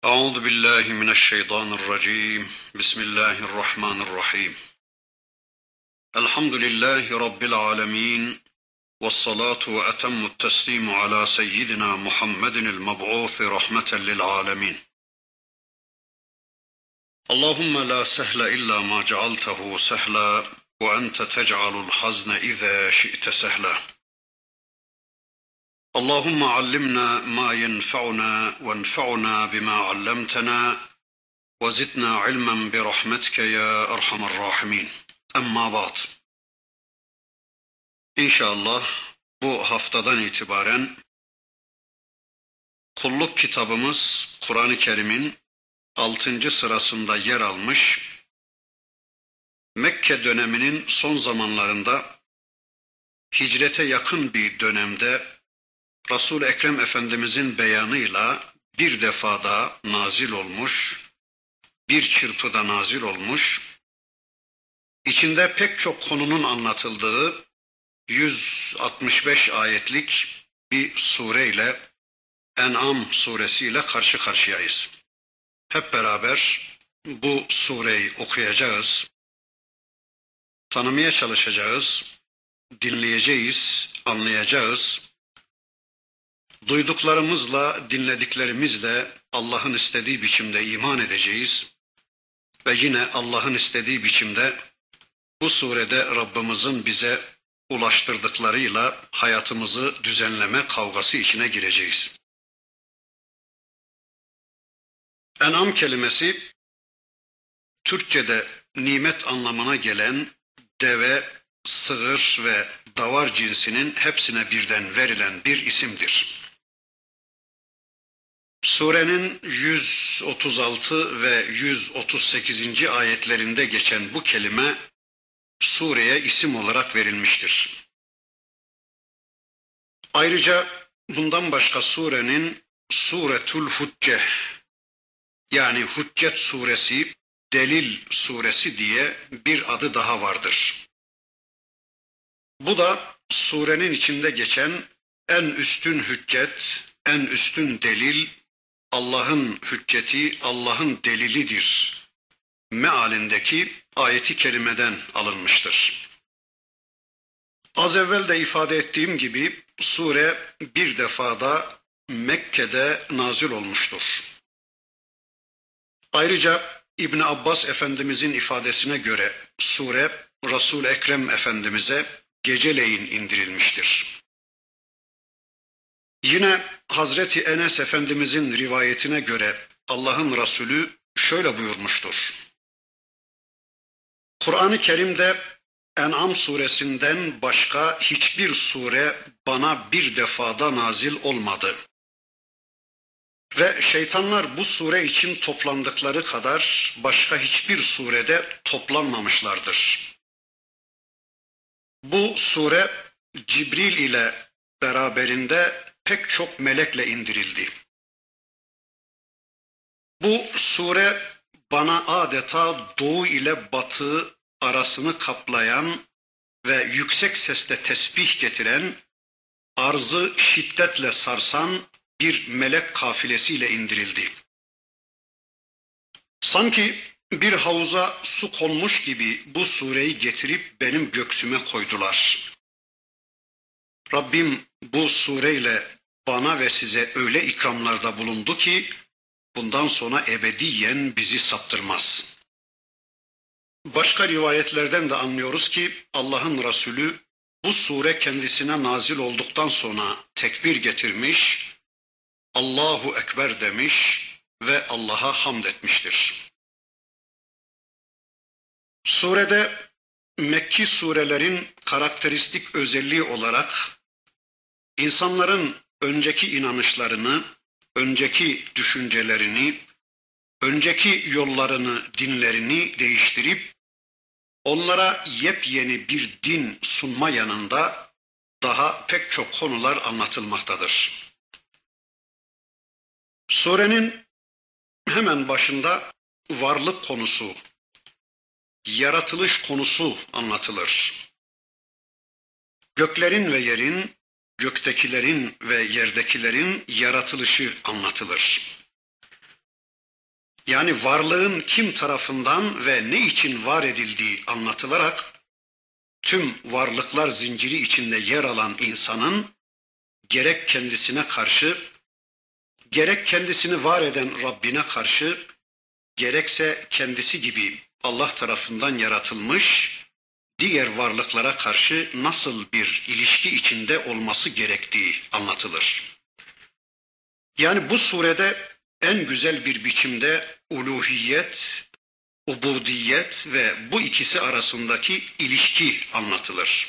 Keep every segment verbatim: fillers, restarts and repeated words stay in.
أعوذ بالله من الشيطان الرجيم بسم الله الرحمن الرحيم الحمد لله رب العالمين والصلاة وأتم التسليم على سيدنا محمد المبعوث رحمة للعالمين اللهم لا سهل إلا ما جعلته سهلا وأنت تجعل الحزن إذا شئت سهلا اللهم علمنا ما ينفعنا وانفعنا بما علمتنا وزدنا علما برحمتك يا أرحم الراحمين. Amma ba'd. İnşallah bu haftadan itibaren kulluk kitabımız Kur'an-ı Kerim'in altıncı sırasında yer almış, Mekke döneminin son zamanlarında hicrete yakın bir dönemde Resul-i Ekrem Efendimizin beyanıyla bir defada nazil olmuş, bir çırpıda nazil olmuş, içinde pek çok konunun anlatıldığı yüz altmış beş ayetlik bir sureyle, En'am suresiyle karşı karşıyayız. Hep beraber bu sureyi okuyacağız, tanımaya çalışacağız, dinleyeceğiz, anlayacağız. Duyduklarımızla, dinlediklerimizle Allah'ın istediği biçimde iman edeceğiz ve yine Allah'ın istediği biçimde bu surede Rabbimizin bize ulaştırdıklarıyla hayatımızı düzenleme kavgası içine gireceğiz. En'am kelimesi Türkçe'de nimet anlamına gelen deve, sığır ve davar cinsinin hepsine birden verilen bir isimdir. Surenin yüz otuz altı ve yüz otuz sekizinci ayetlerinde geçen bu kelime sureye isim olarak verilmiştir. Ayrıca bundan başka surenin Suretül Hucce, yani Huccet suresi, Delil suresi diye bir adı daha vardır. Bu da surenin içinde geçen en üstün hüccet, en üstün delil, Allah'ın hücceti, Allah'ın delilidir mealindeki ayeti kerimeden alınmıştır. Az evvel de ifade ettiğim gibi sure bir defada Mekke'de nazil olmuştur. Ayrıca İbn Abbas Efendimizin ifadesine göre sure Resul-i Ekrem Efendimiz'e geceleyin indirilmiştir. Yine Hazreti Enes Efendimizin rivayetine göre Allah'ın Resulü şöyle buyurmuştur. Kur'an-ı Kerim'de En'am suresinden başka hiçbir sure bana bir defada nazil olmadı. Ve şeytanlar bu sure için toplandıkları kadar başka hiçbir surede toplanmamışlardır. Bu sure Cibril ile beraberinde pek çok melekle indirildi. Bu sure bana adeta doğu ile batı arasını kaplayan ve yüksek sesle tesbih getiren, arzı şiddetle sarsan bir melek kafilesiyle indirildi. Sanki bir havuza su konmuş gibi bu sureyi getirip benim göksüme koydular. Rabbim bu sureyle bana ve size öyle ikramlarda bulundu ki bundan sonra ebediyen bizi saptırmaz. Başka rivayetlerden de anlıyoruz ki Allah'ın Resulü bu sure kendisine nazil olduktan sonra tekbir getirmiş, Allahu Ekber demiş ve Allah'a hamd etmiştir. Surede Mekki surelerin karakteristik özelliği olarak insanların önceki inanışlarını, önceki düşüncelerini, önceki yollarını, dinlerini değiştirip onlara yepyeni bir din sunma yanında daha pek çok konular anlatılmaktadır. Surenin hemen başında varlık konusu, yaratılış konusu anlatılır. Göklerin ve yerin, göktekilerin ve yerdekilerin yaratılışı anlatılır. Yani varlığın kim tarafından ve ne için var edildiği anlatılarak tüm varlıklar zinciri içinde yer alan insanın gerek kendisine karşı, gerek kendisini var eden Rabbine karşı, gerekse kendisi gibi Allah tarafından yaratılmış diğer varlıklara karşı nasıl bir ilişki içinde olması gerektiği anlatılır. Yani bu surede en güzel bir biçimde uluhiyet, ubudiyet ve bu ikisi arasındaki ilişki anlatılır.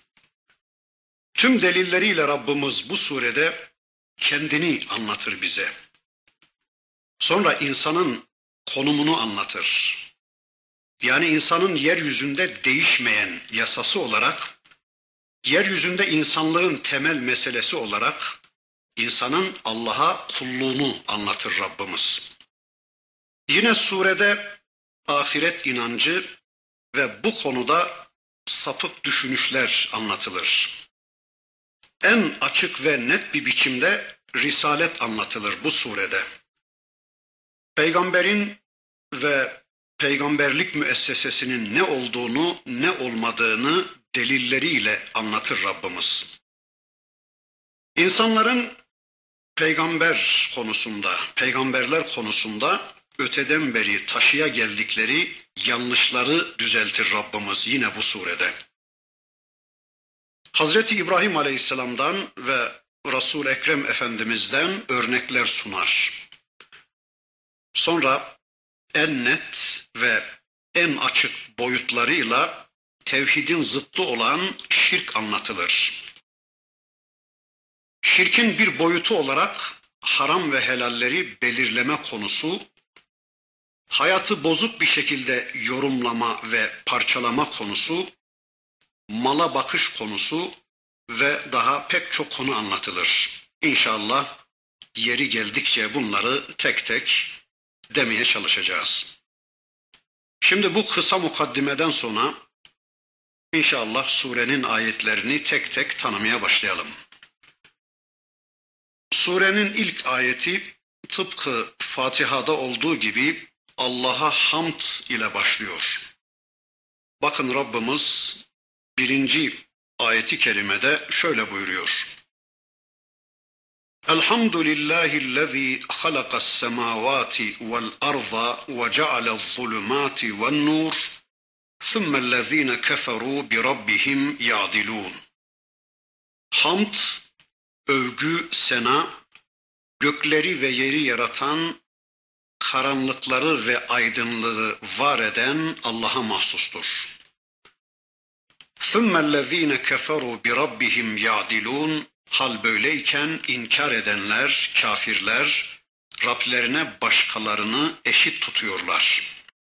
Tüm delilleriyle Rabbimiz bu surede kendini anlatır bize. Sonra insanın konumunu anlatır. Yani insanın yeryüzünde değişmeyen yasası olarak, yeryüzünde insanlığın temel meselesi olarak insanın Allah'a kulluğunu anlatır Rabbimiz. Yine surede ahiret inancı ve bu konuda sapık düşünüşler anlatılır. En açık ve net bir biçimde risalet anlatılır bu surede. Peygamberin ve peygamberlik müessesesinin ne olduğunu, ne olmadığını delilleriyle anlatır Rabbimiz. İnsanların peygamber konusunda, peygamberler konusunda öteden beri taşıya geldikleri yanlışları düzeltir Rabbimiz yine bu surede. Hazreti İbrahim Aleyhisselam'dan ve Resul-i Ekrem Efendimiz'den örnekler sunar. Sonra en net ve en açık boyutlarıyla tevhidin zıttı olan şirk anlatılır. Şirkin bir boyutu olarak haram ve helalleri belirleme konusu, hayatı bozuk bir şekilde yorumlama ve parçalama konusu, mala bakış konusu ve daha pek çok konu anlatılır. İnşallah yeri geldikçe bunları tek tek demeye çalışacağız. Şimdi bu kısa mukaddimeden sonra inşallah surenin ayetlerini tek tek tanımaya başlayalım. Surenin ilk ayeti tıpkı Fatiha'da olduğu gibi Allah'a hamd ile başlıyor. Bakın Rabbimiz birinci ayeti kerimede şöyle buyuruyor. Elhamdülillahillezî halakas semâvâti vel arza ve ceale'z zulümâti ven nur thummellezîne keferû bi rabbihim ya'dilûn. Hamd, övgü, sena, gökleri ve yeri yaratan, karanlıkları ve aydınlığı var eden Allah'a mahsustur. ثُمَّ كَفَرُوا بِرَبِّهِمْ يَعْدِلُونَ. Hal böyleyken inkar edenler, kafirler, Rablerine başkalarını eşit tutuyorlar.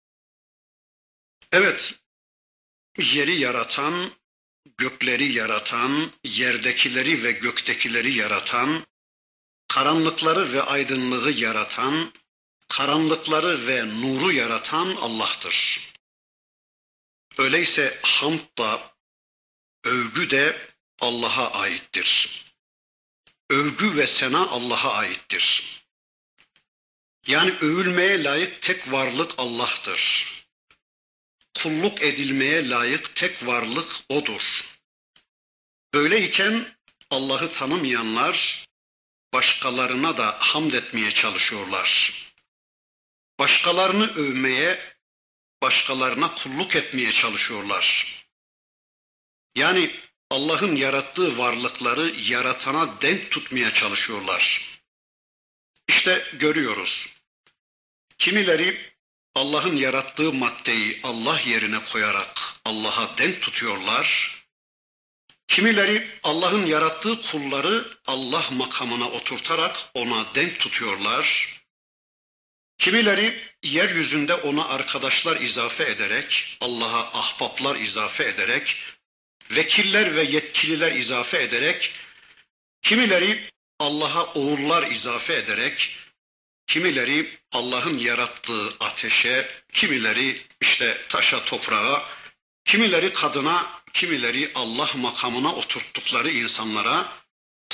Evet, yeri yaratan, gökleri yaratan, yerdekileri ve göktekileri yaratan, karanlıkları ve aydınlığı yaratan, karanlıkları ve nuru yaratan Allah'tır. Öyleyse hamd da, övgü de Allah'a aittir. Övgü ve sena Allah'a aittir. Yani övülmeye layık tek varlık Allah'tır. Kulluk edilmeye layık tek varlık O'dur. Böyleyken Allah'ı tanımayanlar başkalarına da hamd etmeye çalışıyorlar. Başkalarını övmeye, başkalarına kulluk etmeye çalışıyorlar. Yani Allah'ın yarattığı varlıkları yaratana denk tutmaya çalışıyorlar. İşte görüyoruz. Kimileri Allah'ın yarattığı maddeyi Allah yerine koyarak Allah'a denk tutuyorlar. Kimileri Allah'ın yarattığı kulları Allah makamına oturtarak ona denk tutuyorlar. Kimileri yeryüzünde ona arkadaşlar izafe ederek, Allah'a ahbaplar izafe ederek, vekiller ve yetkililer izafe ederek, kimileri Allah'a oğullar izafe ederek, kimileri Allah'ın yarattığı ateşe, kimileri işte taşa, toprağa, kimileri kadına, kimileri Allah makamına oturttukları insanlara,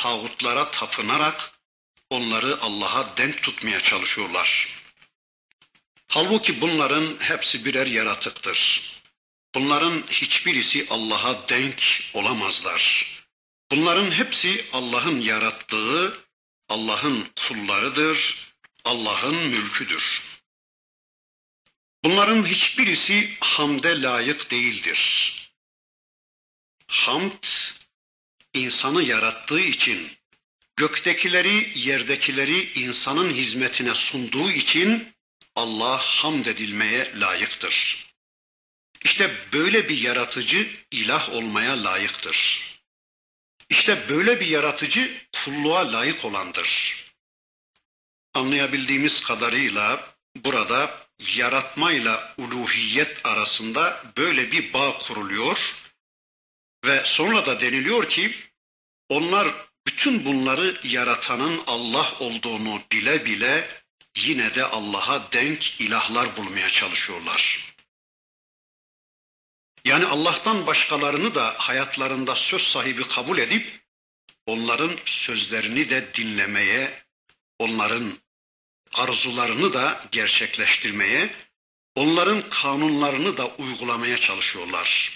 tağutlara tapınarak onları Allah'a denk tutmaya çalışıyorlar. Halbuki bunların hepsi birer yaratıktır. Bunların hiçbirisi Allah'a denk olamazlar. Bunların hepsi Allah'ın yarattığı, Allah'ın kullarıdır, Allah'ın mülküdür. Bunların hiçbirisi hamde layık değildir. Hamd, insanı yarattığı için, göktekileri, yerdekileri insanın hizmetine sunduğu için Allah hamd edilmeye layıktır. İşte böyle bir yaratıcı ilah olmaya layıktır. İşte böyle bir yaratıcı kulluğa layık olandır. Anlayabildiğimiz kadarıyla burada yaratmayla uluhiyet arasında böyle bir bağ kuruluyor ve sonra da deniliyor ki onlar bütün bunları yaratanın Allah olduğunu bile bile yine de Allah'a denk ilahlar bulmaya çalışıyorlar. Yani Allah'tan başkalarını da hayatlarında söz sahibi kabul edip onların sözlerini de dinlemeye, onların arzularını da gerçekleştirmeye, onların kanunlarını da uygulamaya çalışıyorlar.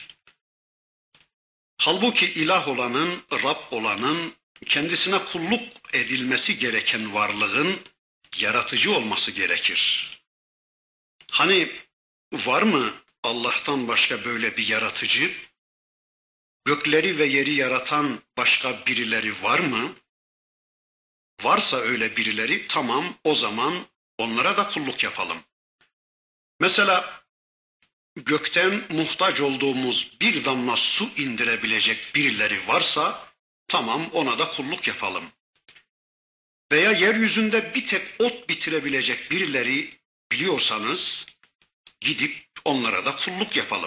Halbuki ilah olanın, Rab olanın, kendisine kulluk edilmesi gereken varlığın yaratıcı olması gerekir. Hani var mı Allah'tan başka böyle bir yaratıcı? Gökleri ve yeri yaratan başka birileri var mı? Varsa öyle birileri, tamam, o zaman onlara da kulluk yapalım. Mesela gökten muhtaç olduğumuz bir damla su indirebilecek birileri varsa tamam, ona da kulluk yapalım. Veya yeryüzünde bir tek ot bitirebilecek birileri biliyorsanız gidip onlara da kulluk yapalım.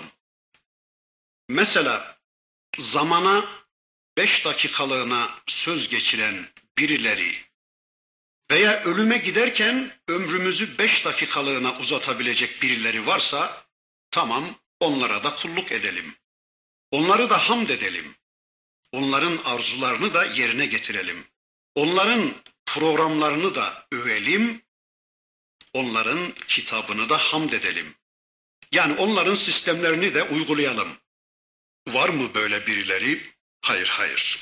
Mesela zamana beş dakikalığına söz geçiren birileri veya ölüme giderken ömrümüzü beş dakikalığına uzatabilecek birileri varsa tamam, onlara da kulluk edelim. Onları da hamd edelim. Onların arzularını da yerine getirelim. Onların programlarını da övelim. Onların kitabını da hamd edelim. Yani onların sistemlerini de uygulayalım. Var mı böyle birileri? Hayır, hayır.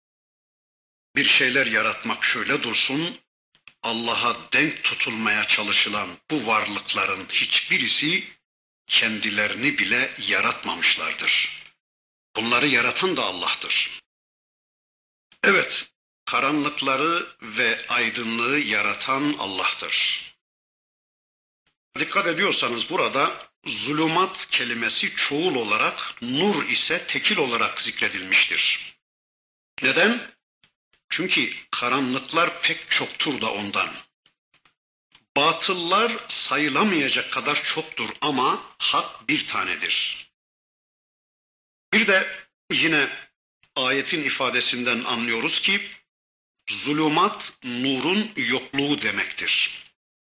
Bir şeyler yaratmak şöyle dursun, Allah'a denk tutulmaya çalışılan bu varlıkların hiçbirisi kendilerini bile yaratmamışlardır. Bunları yaratan da Allah'tır. Evet, karanlıkları ve aydınlığı yaratan Allah'tır. Dikkat ediyorsanız burada zulümat kelimesi çoğul olarak, nur ise tekil olarak zikredilmiştir. Neden? Çünkü karanlıklar pek çoktur da ondan. Batıllar sayılamayacak kadar çoktur ama hak bir tanedir. Bir de yine ayetin ifadesinden anlıyoruz ki zulümat nurun yokluğu demektir.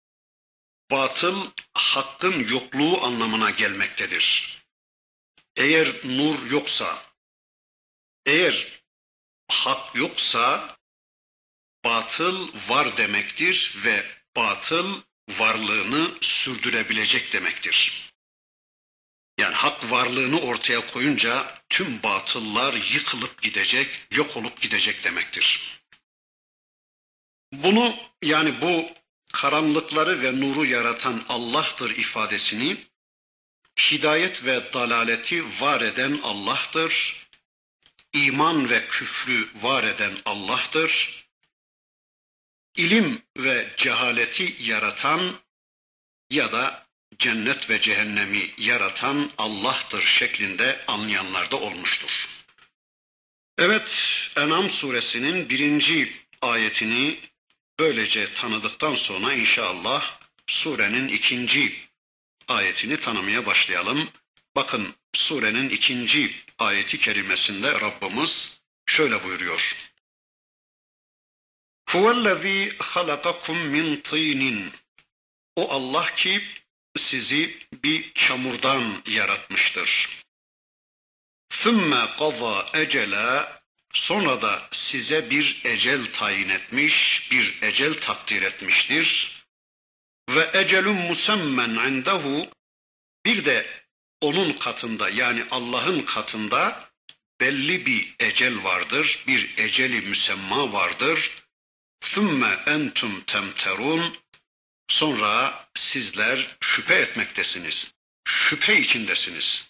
Batıl hakkın yokluğu anlamına gelmektedir. Eğer nur yoksa, eğer hak yoksa batıl var demektir ve batıl varlığını sürdürebilecek demektir. Yani hak varlığını ortaya koyunca tüm batıllar yıkılıp gidecek, yok olup gidecek demektir. Bunu, yani bu karanlıkları ve nuru yaratan Allah'tır ifadesini, hidayet ve dalaleti var eden Allah'tır, iman ve küfrü var eden Allah'tır, ilim ve cehaleti yaratan ya da cennet ve cehennemi yaratan Allah'tır şeklinde anlayanlar da olmuştur. Evet, En'am suresinin birinci ayetini böylece tanıdıktan sonra inşallah surenin ikinci ayetini tanımaya başlayalım. Bakın surenin ikinci ayeti kerimesinde Rabbimiz şöyle buyuruyor. Huvellezî halakakum min tînin. O Allah ki sizi bir çamurdan yaratmıştır. Thumma qaza ecela, sonra da size bir ecel tayin etmiş, bir ecel takdir etmiştir. ve ecelun musemmen indehu, bir de onun katında yani Allah'ın katında belli bir ecel vardır, bir eceli müsemma vardır. Sümme entum temterun, sonra sizler şüphe etmektesiniz, şüphe içindesiniz.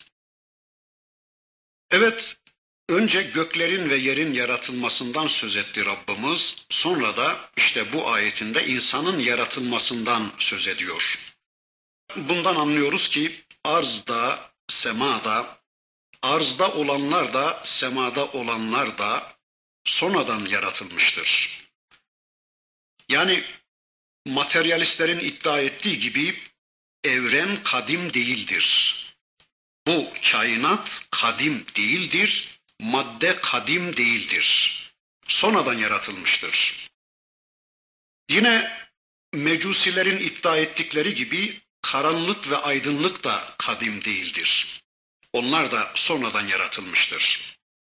Evet, önce göklerin ve yerin yaratılmasından söz etti Rabbimiz, sonra da işte bu ayetinde insanın yaratılmasından söz ediyor. Bundan anlıyoruz ki arzda, semada, arzda olanlar da, semada olanlar da sonradan yaratılmıştır. Yani materyalistlerin iddia ettiği gibi evren kadim değildir. Bu kainat kadim değildir, madde kadim değildir. Sonradan yaratılmıştır. Yine mecusilerin iddia ettikleri gibi karanlık ve aydınlık da kadim değildir. Onlar da sonradan yaratılmıştır.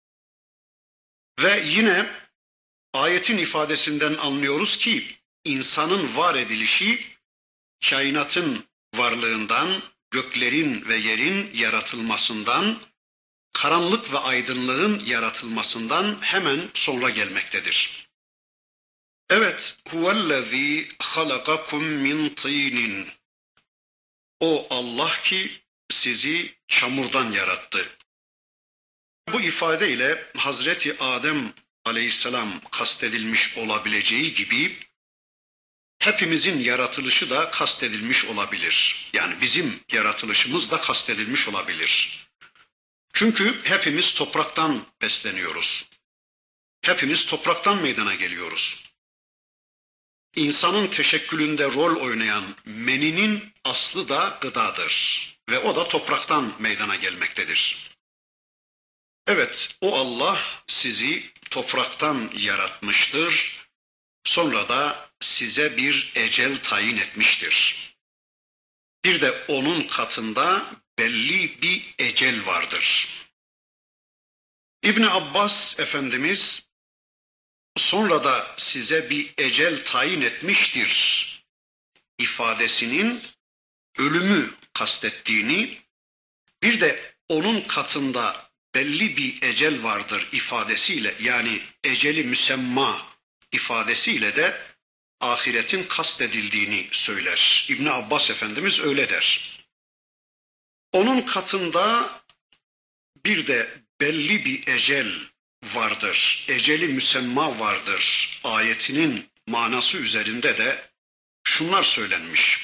Ve yine ayetin ifadesinden anlıyoruz ki insanın var edilişi kainatın varlığından, göklerin ve yerin yaratılmasından, karanlık ve aydınlığın yaratılmasından hemen sonra gelmektedir. Evet, huvellezî halakakum min tînin. O Allah ki sizi çamurdan yarattı. Bu ifadeyle Hazreti Adem aleyhisselam kastedilmiş olabileceği gibi hepimizin yaratılışı da kastedilmiş olabilir. Yani bizim yaratılışımız da kastedilmiş olabilir. Çünkü hepimiz topraktan besleniyoruz. Hepimiz topraktan meydana geliyoruz. İnsanın teşekkülünde rol oynayan meninin aslı da gıdadır ve o da topraktan meydana gelmektedir. Evet, o Allah sizi topraktan yaratmıştır, sonra da size bir ecel tayin etmiştir. Bir de onun katında belli bir ecel vardır. İbn Abbas Efendimiz, sonra da size bir ecel tayin etmiştir ifadesinin ölümü kastettiğini, bir de onun katında belli bir ecel vardır ifadesiyle, yani eceli müsemma ifadesiyle de ahiretin kastedildiğini söyler. İbn Abbas Efendimiz öyle der. Onun katında bir de belli bir ecel vardır, eceli müsemma vardır ayetinin manası üzerinde de şunlar söylenmiş.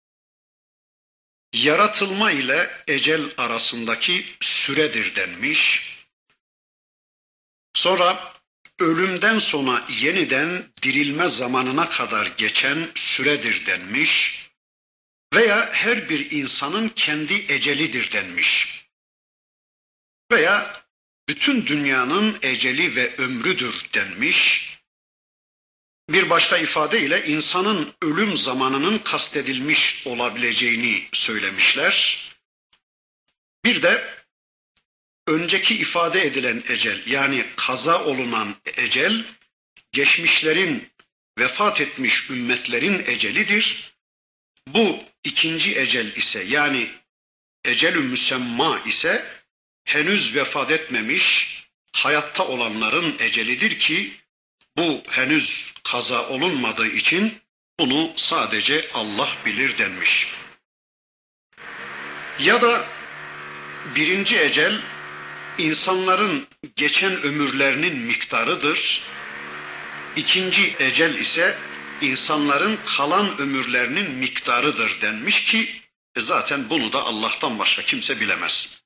Yaratılma ile ecel arasındaki süredir denmiş. Sonra ölümden sonra yeniden dirilme zamanına kadar geçen süredir denmiş. Veya her bir insanın kendi ecelidir denmiş. Veya bütün dünyanın eceli ve ömrüdür denmiş. Bir başka ifadeyle insanın ölüm zamanının kastedilmiş olabileceğini söylemişler. Bir de önceki ifade edilen ecel, yani kaza olunan ecel, geçmişlerin, vefat etmiş ümmetlerin ecelidir. Bu ikinci ecel ise, yani ecel-ü müsemma ise henüz vefat etmemiş hayatta olanların ecelidir ki bu henüz kaza olunmadığı için bunu sadece Allah bilir denmiş. Ya da birinci ecel insanların geçen ömürlerinin miktarıdır. İkinci ecel ise insanların kalan ömürlerinin miktarıdır denmiş ki e zaten bunu da Allah'tan başka kimse bilemez.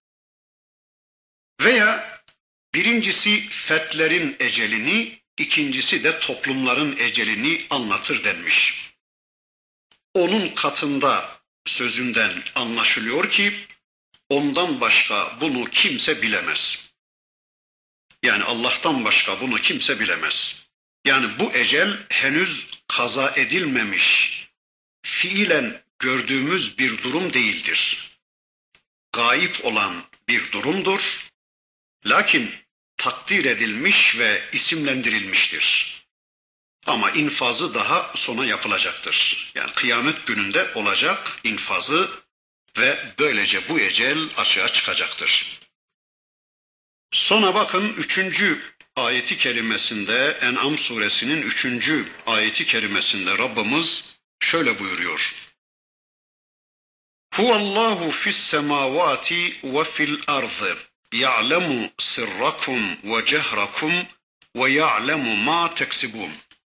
Veya birincisi fertlerin ecelini, ikincisi de toplumların ecelini anlatır denmiş. Onun katında sözünden anlaşılıyor ki ondan başka bunu kimse bilemez. Yani Allah'tan başka bunu kimse bilemez. Yani bu ecel henüz kaza edilmemiş, fiilen gördüğümüz bir durum değildir. Gayip olan bir durumdur. Lakin takdir edilmiş ve isimlendirilmiştir. Ama infazı daha sonra yapılacaktır. Yani kıyamet gününde olacak infazı ve böylece bu ecel açığa çıkacaktır. Sonra bakın üçüncü ayeti kerimesinde, En'am suresinin üçüncü ayeti kerimesinde Rabbimiz şöyle buyuruyor. Huvallahu fis semavati ve fil ardı ya'lemu sirrakum ve cehrakum ve ya'lemu ma teksibun.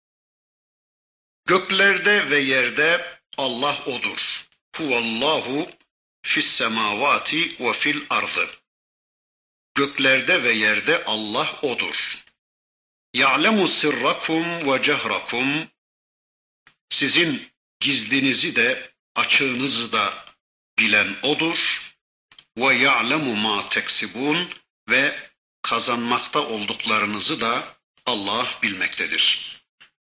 Göklerde ve yerde Allah odur. Huvallahu fis semavati ve fil ardı. Göklerde ve yerde Allah odur. Ya'lemu sirrakum ve cehrakum. Sizin gizlinizi de açığınızı da bilen odur. Ve ya'lemu ma teksibun, ve kazanmakta olduklarınızı da Allah bilmektedir.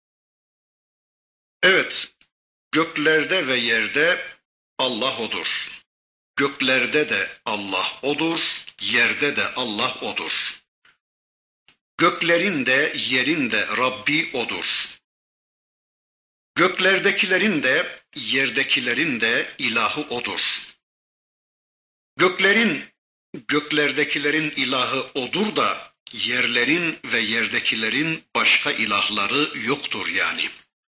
Evet, göklerde ve yerde Allah odur. Göklerde de Allah odur, yerde de Allah odur. Göklerin de yerin de Rabbi odur. Göklerdekilerin de yerdekilerin de ilahı odur. Göklerin, göklerdekilerin ilahı odur da yerlerin ve yerdekilerin başka ilahları yoktur yani.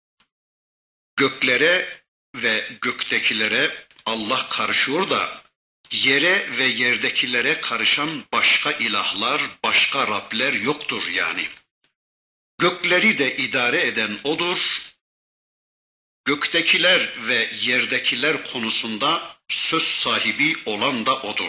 Göklere ve göktekilere Allah karışıyor da yere ve yerdekilere karışan başka ilahlar, başka Rabler yoktur yani. Gökleri de idare eden odur. Göktekiler ve yerdekiler konusunda söz sahibi olan da odur.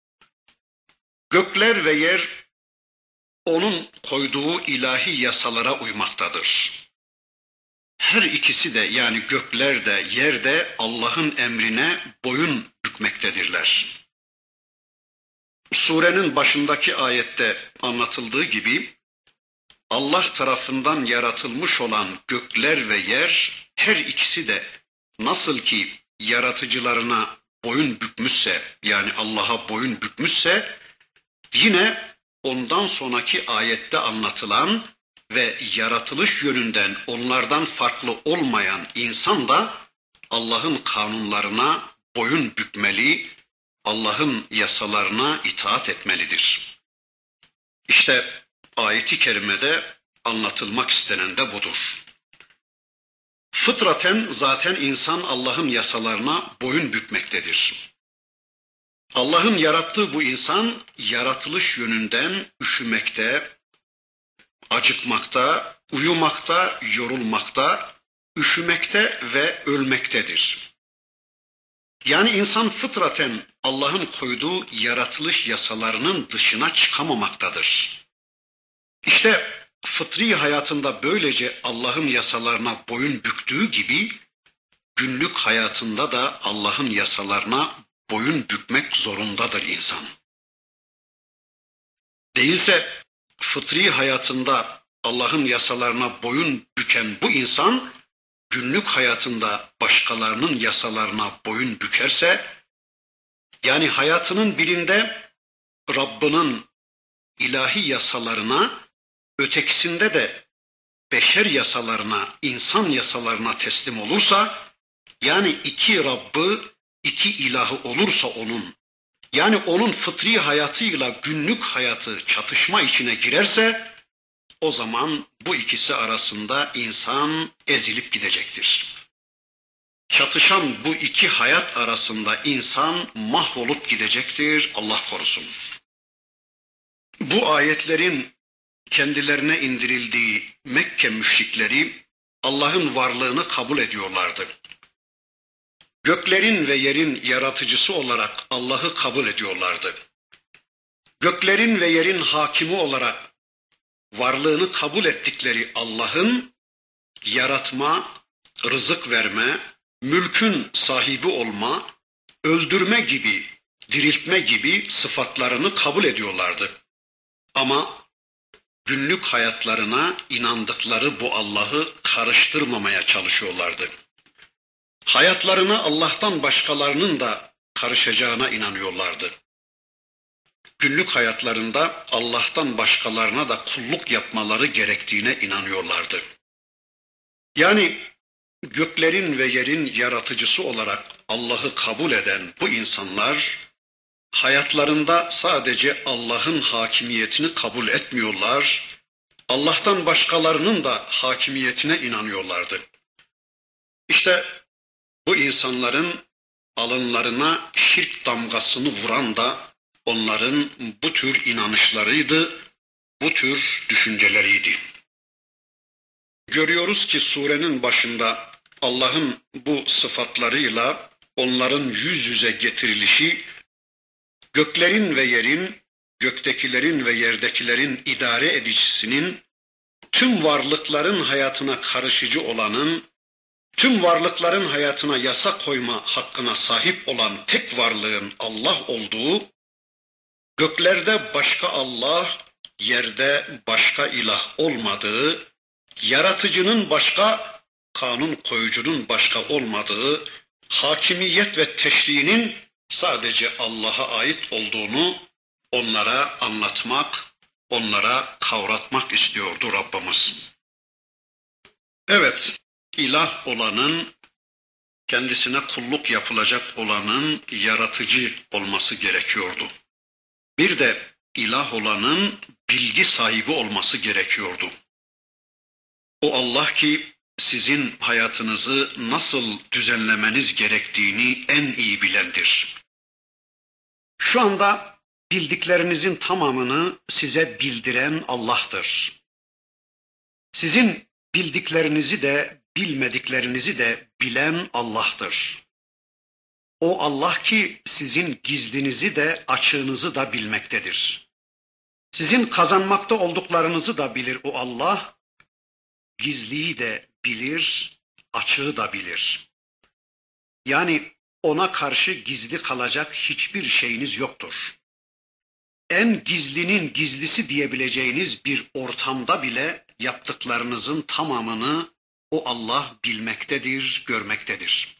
Gökler ve yer onun koyduğu ilahi yasalara uymaktadır. Her ikisi de, yani gökler de yer de Allah'ın emrine boyun bükmektedirler. Surenin başındaki ayette anlatıldığı gibi Allah tarafından yaratılmış olan gökler ve yer her ikisi de nasıl ki yaratıcılarına boyun bükmüşse, yani Allah'a boyun bükmüşse, yine ondan sonraki ayette anlatılan ve yaratılış yönünden onlardan farklı olmayan insan da Allah'ın kanunlarına boyun bükmeli, Allah'ın yasalarına itaat etmelidir. İşte ayeti kerimede anlatılmak istenen de budur. Fıtraten zaten insan Allah'ın yasalarına boyun bükmektedir. Allah'ın yarattığı bu insan yaratılış yönünden üşümekte, acıkmakta, uyumakta, yorulmakta, üşümekte ve ölmektedir. Yani insan fıtraten Allah'ın koyduğu yaratılış yasalarının dışına çıkamamaktadır. İşte fıtri hayatında böylece Allah'ın yasalarına boyun büktüğü gibi, günlük hayatında da Allah'ın yasalarına boyun bükmek zorundadır insan. Değilse fıtri hayatında Allah'ın yasalarına boyun büken bu insan, günlük hayatında başkalarının yasalarına boyun bükerse, yani hayatının birinde Rabbinin ilahi yasalarına, ötekisinde de beşer yasalarına, insan yasalarına teslim olursa, yani iki Rabbı, iki ilahı olursa onun, yani onun fıtri hayatıyla günlük hayatı çatışma içine girerse, o zaman bu ikisi arasında insan ezilip gidecektir. Çatışan bu iki hayat arasında insan mahvolup gidecektir, Allah korusun. Bu ayetlerin kendilerine indirildiği Mekke müşrikleri Allah'ın varlığını kabul ediyorlardı. Göklerin ve yerin yaratıcısı olarak Allah'ı kabul ediyorlardı. Göklerin ve yerin hakimi olarak varlığını kabul ettikleri Allah'ın yaratma, rızık verme, mülkün sahibi olma, öldürme gibi, diriltme gibi sıfatlarını kabul ediyorlardı. Ama günlük hayatlarına inandıkları bu Allah'ı karıştırmamaya çalışıyorlardı. Hayatlarına Allah'tan başkalarının da karışacağına inanıyorlardı. Günlük hayatlarında Allah'tan başkalarına da kulluk yapmaları gerektiğine inanıyorlardı. Yani göklerin ve yerin yaratıcısı olarak Allah'ı kabul eden bu insanlar hayatlarında sadece Allah'ın hakimiyetini kabul etmiyorlar, Allah'tan başkalarının da hakimiyetine inanıyorlardı. İşte bu insanların alınlarına şirk damgasını vuran da onların bu tür inanışlarıydı, bu tür düşünceleriydi. Görüyoruz ki surenin başında Allah'ın bu sıfatlarıyla onların yüz yüze getirilişi, göklerin ve yerin, göktekilerin ve yerdekilerin idare edicisinin, tüm varlıkların hayatına karışıcı olanın, tüm varlıkların hayatına yasa koyma hakkına sahip olan tek varlığın Allah olduğu, göklerde başka Allah, yerde başka ilah olmadığı, yaratıcının başka, kanun koyucunun başka olmadığı, hakimiyet ve teşriğinin sadece Allah'a ait olduğunu onlara anlatmak, onlara kavratmak istiyordu Rabbimiz. Evet, ilah olanın, kendisine kulluk yapılacak olanın yaratıcı olması gerekiyordu. Bir de ilah olanın bilgi sahibi olması gerekiyordu. O Allah ki sizin hayatınızı nasıl düzenlemeniz gerektiğini en iyi bilendir. Şu anda bildiklerinizin tamamını size bildiren Allah'tır. Sizin bildiklerinizi de bilmediklerinizi de bilen Allah'tır. O Allah ki sizin gizlinizi de açığınızı da bilmektedir. Sizin kazanmakta olduklarınızı da bilir o Allah, gizliyi de bilir, açığı da bilir. Yani ona karşı gizli kalacak hiçbir şeyiniz yoktur. En gizlinin gizlisi diyebileceğiniz bir ortamda bile yaptıklarınızın tamamını o Allah bilmektedir, görmektedir.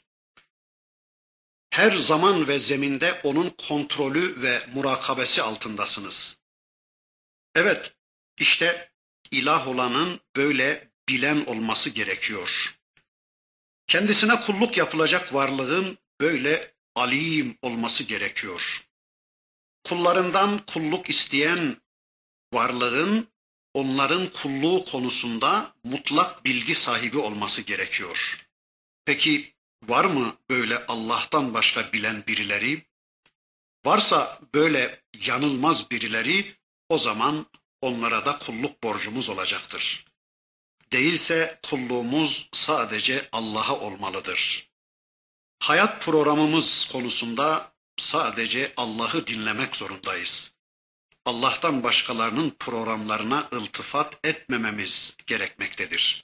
Her zaman ve zeminde onun kontrolü ve murakabesi altındasınız. Evet, işte ilah olanın böyle bilen olması gerekiyor. Kendisine kulluk yapılacak varlığın böyle alim olması gerekiyor. Kullarından kulluk isteyen varlığın onların kulluğu konusunda mutlak bilgi sahibi olması gerekiyor. Peki var mı böyle Allah'tan başka bilen birileri? Varsa böyle yanılmaz birileri, o zaman onlara da kulluk borcumuz olacaktır. Değilse kulluğumuz sadece Allah'a olmalıdır. Hayat programımız konusunda sadece Allah'ı dinlemek zorundayız. Allah'tan başkalarının programlarına iltifat etmememiz gerekmektedir.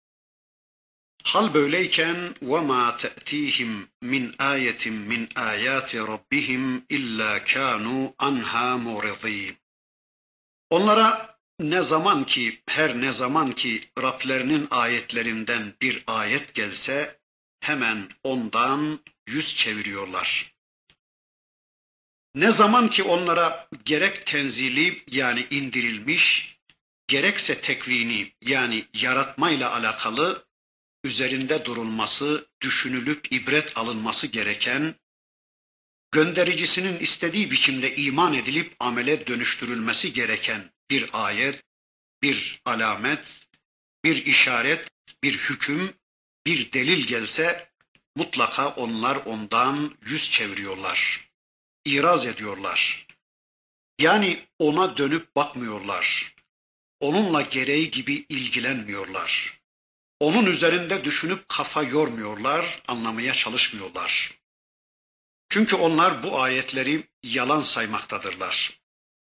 Hal böyleyken وَمَا تَأْتِيهِمْ مِنْ آيَةٍ مِنْ آيَاتِ رَبِّهِمْ إِلَّا كَانُوا عَنْهَا مُعْرِضِينَ. Onlara ne zaman ki, her ne zaman ki Rablerinin ayetlerinden bir ayet gelse, hemen ondan yüz çeviriyorlar. Ne zaman ki onlara gerek tenzili yani indirilmiş, gerekse tekvini yani yaratmayla alakalı üzerinde durulması, düşünülüp ibret alınması gereken, göndericisinin istediği biçimde iman edilip amele dönüştürülmesi gereken bir ayet, bir alamet, bir işaret, bir hüküm, bir delil gelse mutlaka onlar ondan yüz çeviriyorlar, İraz ediyorlar. Yani ona dönüp bakmıyorlar, onunla gereği gibi ilgilenmiyorlar. Onun üzerinde düşünüp kafa yormuyorlar, anlamaya çalışmıyorlar. Çünkü onlar bu ayetleri yalan saymaktadırlar.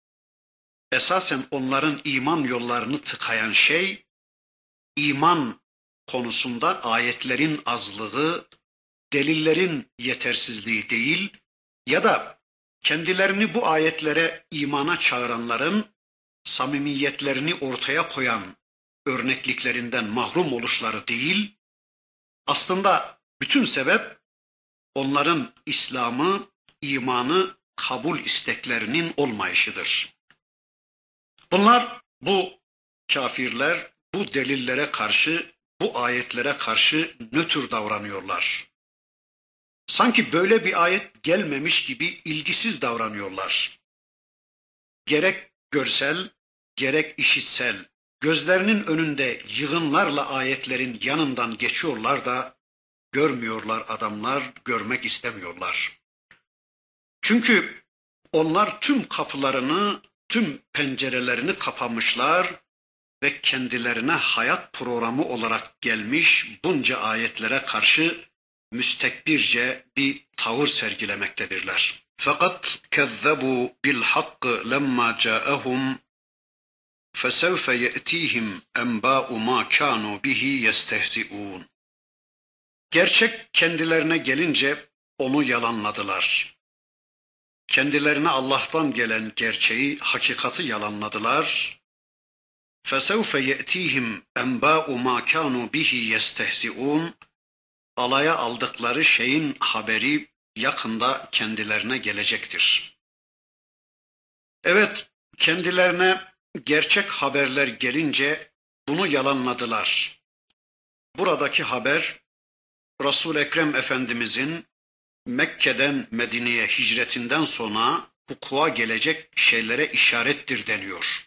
Esasen onların iman yollarını tıkayan şey, iman konusunda ayetlerin azlığı, delillerin yetersizliği değil ya da kendilerini bu ayetlere imana çağıranların samimiyetlerini ortaya koyan örnekliklerinden mahrum oluşları değil, aslında bütün sebep onların İslam'ı, imanı kabul isteklerinin olmayışıdır. Bunlar, bu kafirler bu delillere karşı bu ayetlere karşı nötr davranıyorlar. Sanki böyle bir ayet gelmemiş gibi ilgisiz davranıyorlar. Gerek görsel, gerek işitsel, gözlerinin önünde yığınlarla ayetlerin yanından geçiyorlar da görmüyorlar adamlar, görmek istemiyorlar. Çünkü onlar tüm kapılarını, tüm pencerelerini kapamışlar ve kendilerine hayat programı olarak gelmiş bunca ayetlere karşı müstekbirce bir tavır sergilemektedirler. Fakat kezzebu bil hakkı lemma ca'ahum fesevfe ye'tihim enba'u ma kanu bihi yestehzi'un. Gerçek kendilerine gelince onu yalanladılar. Kendilerine Allah'tan gelen gerçeği, hakikati yalanladılar. فَسَوْفَ يَأْتِيهِمْ اَنْبَاءُ مَا كَانُوا بِهِ يَسْتَهْزِئُونَ. Alaya aldıkları şeyin haberi yakında kendilerine gelecektir. Evet, kendilerine gerçek haberler gelince bunu yalanladılar. Buradaki haber, Resul-i Ekrem Efendimizin Mekke'den Medine'ye hicretinden sonra hukuka gelecek şeylere işarettir deniyor.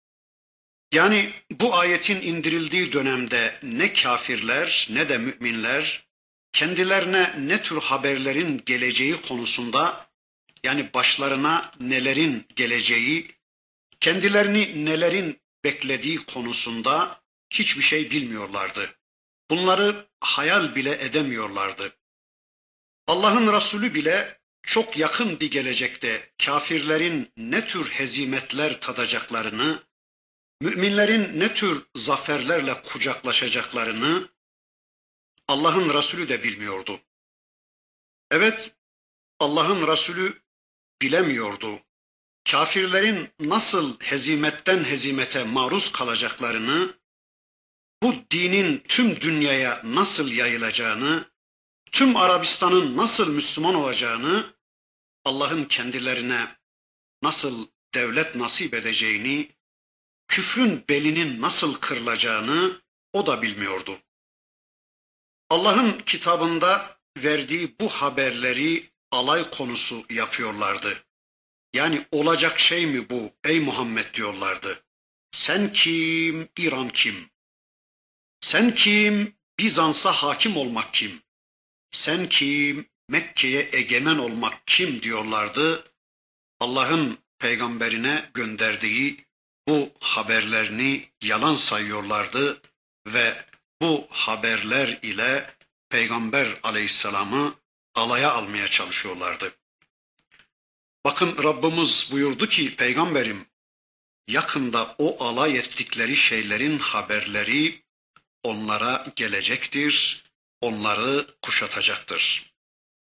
Yani bu ayetin indirildiği dönemde ne kafirler ne de müminler kendilerine ne tür haberlerin geleceği konusunda, yani başlarına nelerin geleceği, kendilerini nelerin beklediği konusunda hiçbir şey bilmiyorlardı. Bunları hayal bile edemiyorlardı. Allah'ın Resulü bile çok yakın bir gelecekte kafirlerin ne tür hezimetler tadacaklarını, müminlerin ne tür zaferlerle kucaklaşacaklarını Allah'ın Resulü de bilmiyordu. Evet, Allah'ın Resulü bilemiyordu. Kafirlerin nasıl hezimetten hezimete maruz kalacaklarını, bu dinin tüm dünyaya nasıl yayılacağını, tüm Arabistan'ın nasıl Müslüman olacağını, Allah'ın kendilerine nasıl devlet nasip edeceğini, küfrün belinin nasıl kırılacağını o da bilmiyordu. Allah'ın kitabında verdiği bu haberleri alay konusu yapıyorlardı. Yani olacak şey mi bu ey Muhammed diyorlardı. Sen kim, İran kim? Sen kim, Bizans'a hakim olmak kim? Sen kim, Mekke'ye egemen olmak kim diyorlardı. Allah'ın peygamberine gönderdiği bu haberlerini yalan sayıyorlardı ve bu haberler ile Peygamber Aleyhisselam'ı alaya almaya çalışıyorlardı. Bakın Rabbimiz buyurdu ki peygamberim, yakında o alay ettikleri şeylerin haberleri onlara gelecektir, onları kuşatacaktır.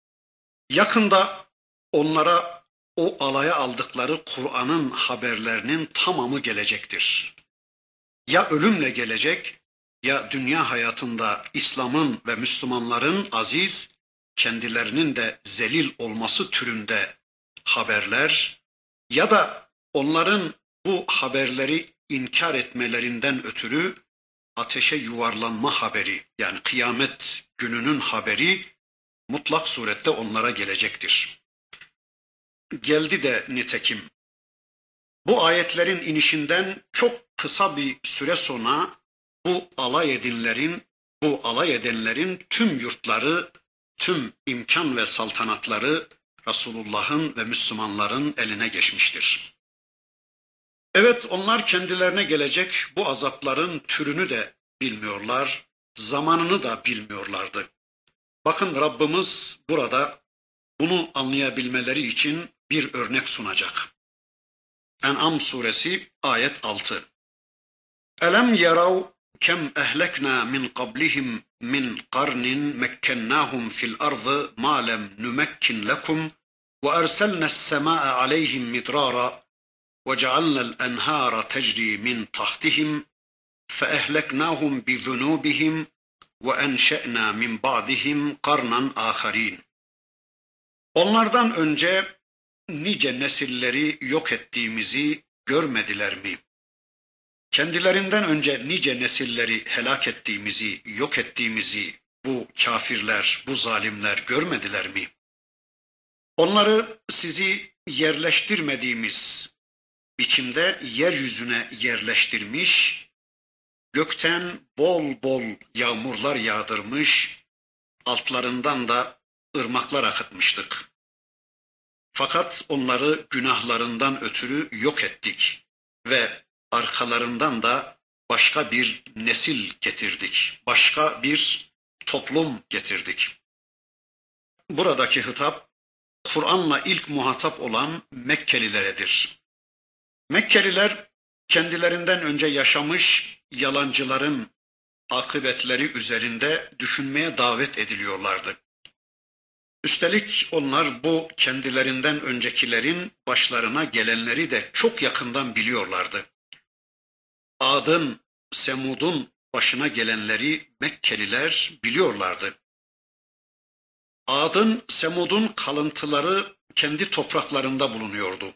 Yakında onlara o alaya aldıkları Kur'an'ın haberlerinin tamamı gelecektir. Ya ölümle gelecek, ya dünya hayatında İslam'ın ve Müslümanların aziz, kendilerinin de zelil olması türünde haberler, ya da onların bu haberleri inkar etmelerinden ötürü ateşe yuvarlanma haberi, yani kıyamet gününün haberi mutlak surette onlara gelecektir. Geldi de nitekim. Bu ayetlerin inişinden çok kısa bir süre sonra bu alay edinlerin, bu alay edenlerin tüm yurtları, tüm imkan ve saltanatları Resulullah'ın ve Müslümanların eline geçmiştir. Evet, onlar kendilerine gelecek bu azapların türünü de bilmiyorlar, zamanını da bilmiyorlardı. Bakın Rabbimiz burada bunu anlayabilmeleri için bir örnek sunacak. En'am suresi ayet altı. Elem yarav kem ehlekna min qablihim min qarnin mekkennahum fil ardı ma lem numekkin lekum ve erselnes semâe aleyhim midrara ve cealnel enhâra tecri min tahtihim fe ehleknahum bi zunubihim ve enşe'na min ba'dihim qarnan âkharîn. Onlardan önce nice nesilleri yok ettiğimizi görmediler mi? kendilerinden önce nice nesilleri helak ettiğimizi, yok ettiğimizi bu kafirler, bu zalimler görmediler mi? Onları sizi yerleştirmediğimiz biçimde yeryüzüne yerleştirmiş, gökten bol bol yağmurlar yağdırmış, altlarından da ırmaklar akıtmıştık. Fakat onları günahlarından ötürü yok ettik ve arkalarından da başka bir nesil getirdik, başka bir toplum getirdik. Buradaki hitap, Kur'an'la ilk muhatap olan Mekkelileredir. Mekkeliler, kendilerinden önce yaşamış yalancıların akıbetleri üzerinde düşünmeye davet ediliyorlardı. Üstelik onlar bu kendilerinden öncekilerin başlarına gelenleri de çok yakından biliyorlardı. Ad'ın, Semud'un başına gelenleri Mekkeliler biliyorlardı. Ad'ın, Semud'un kalıntıları kendi topraklarında bulunuyordu.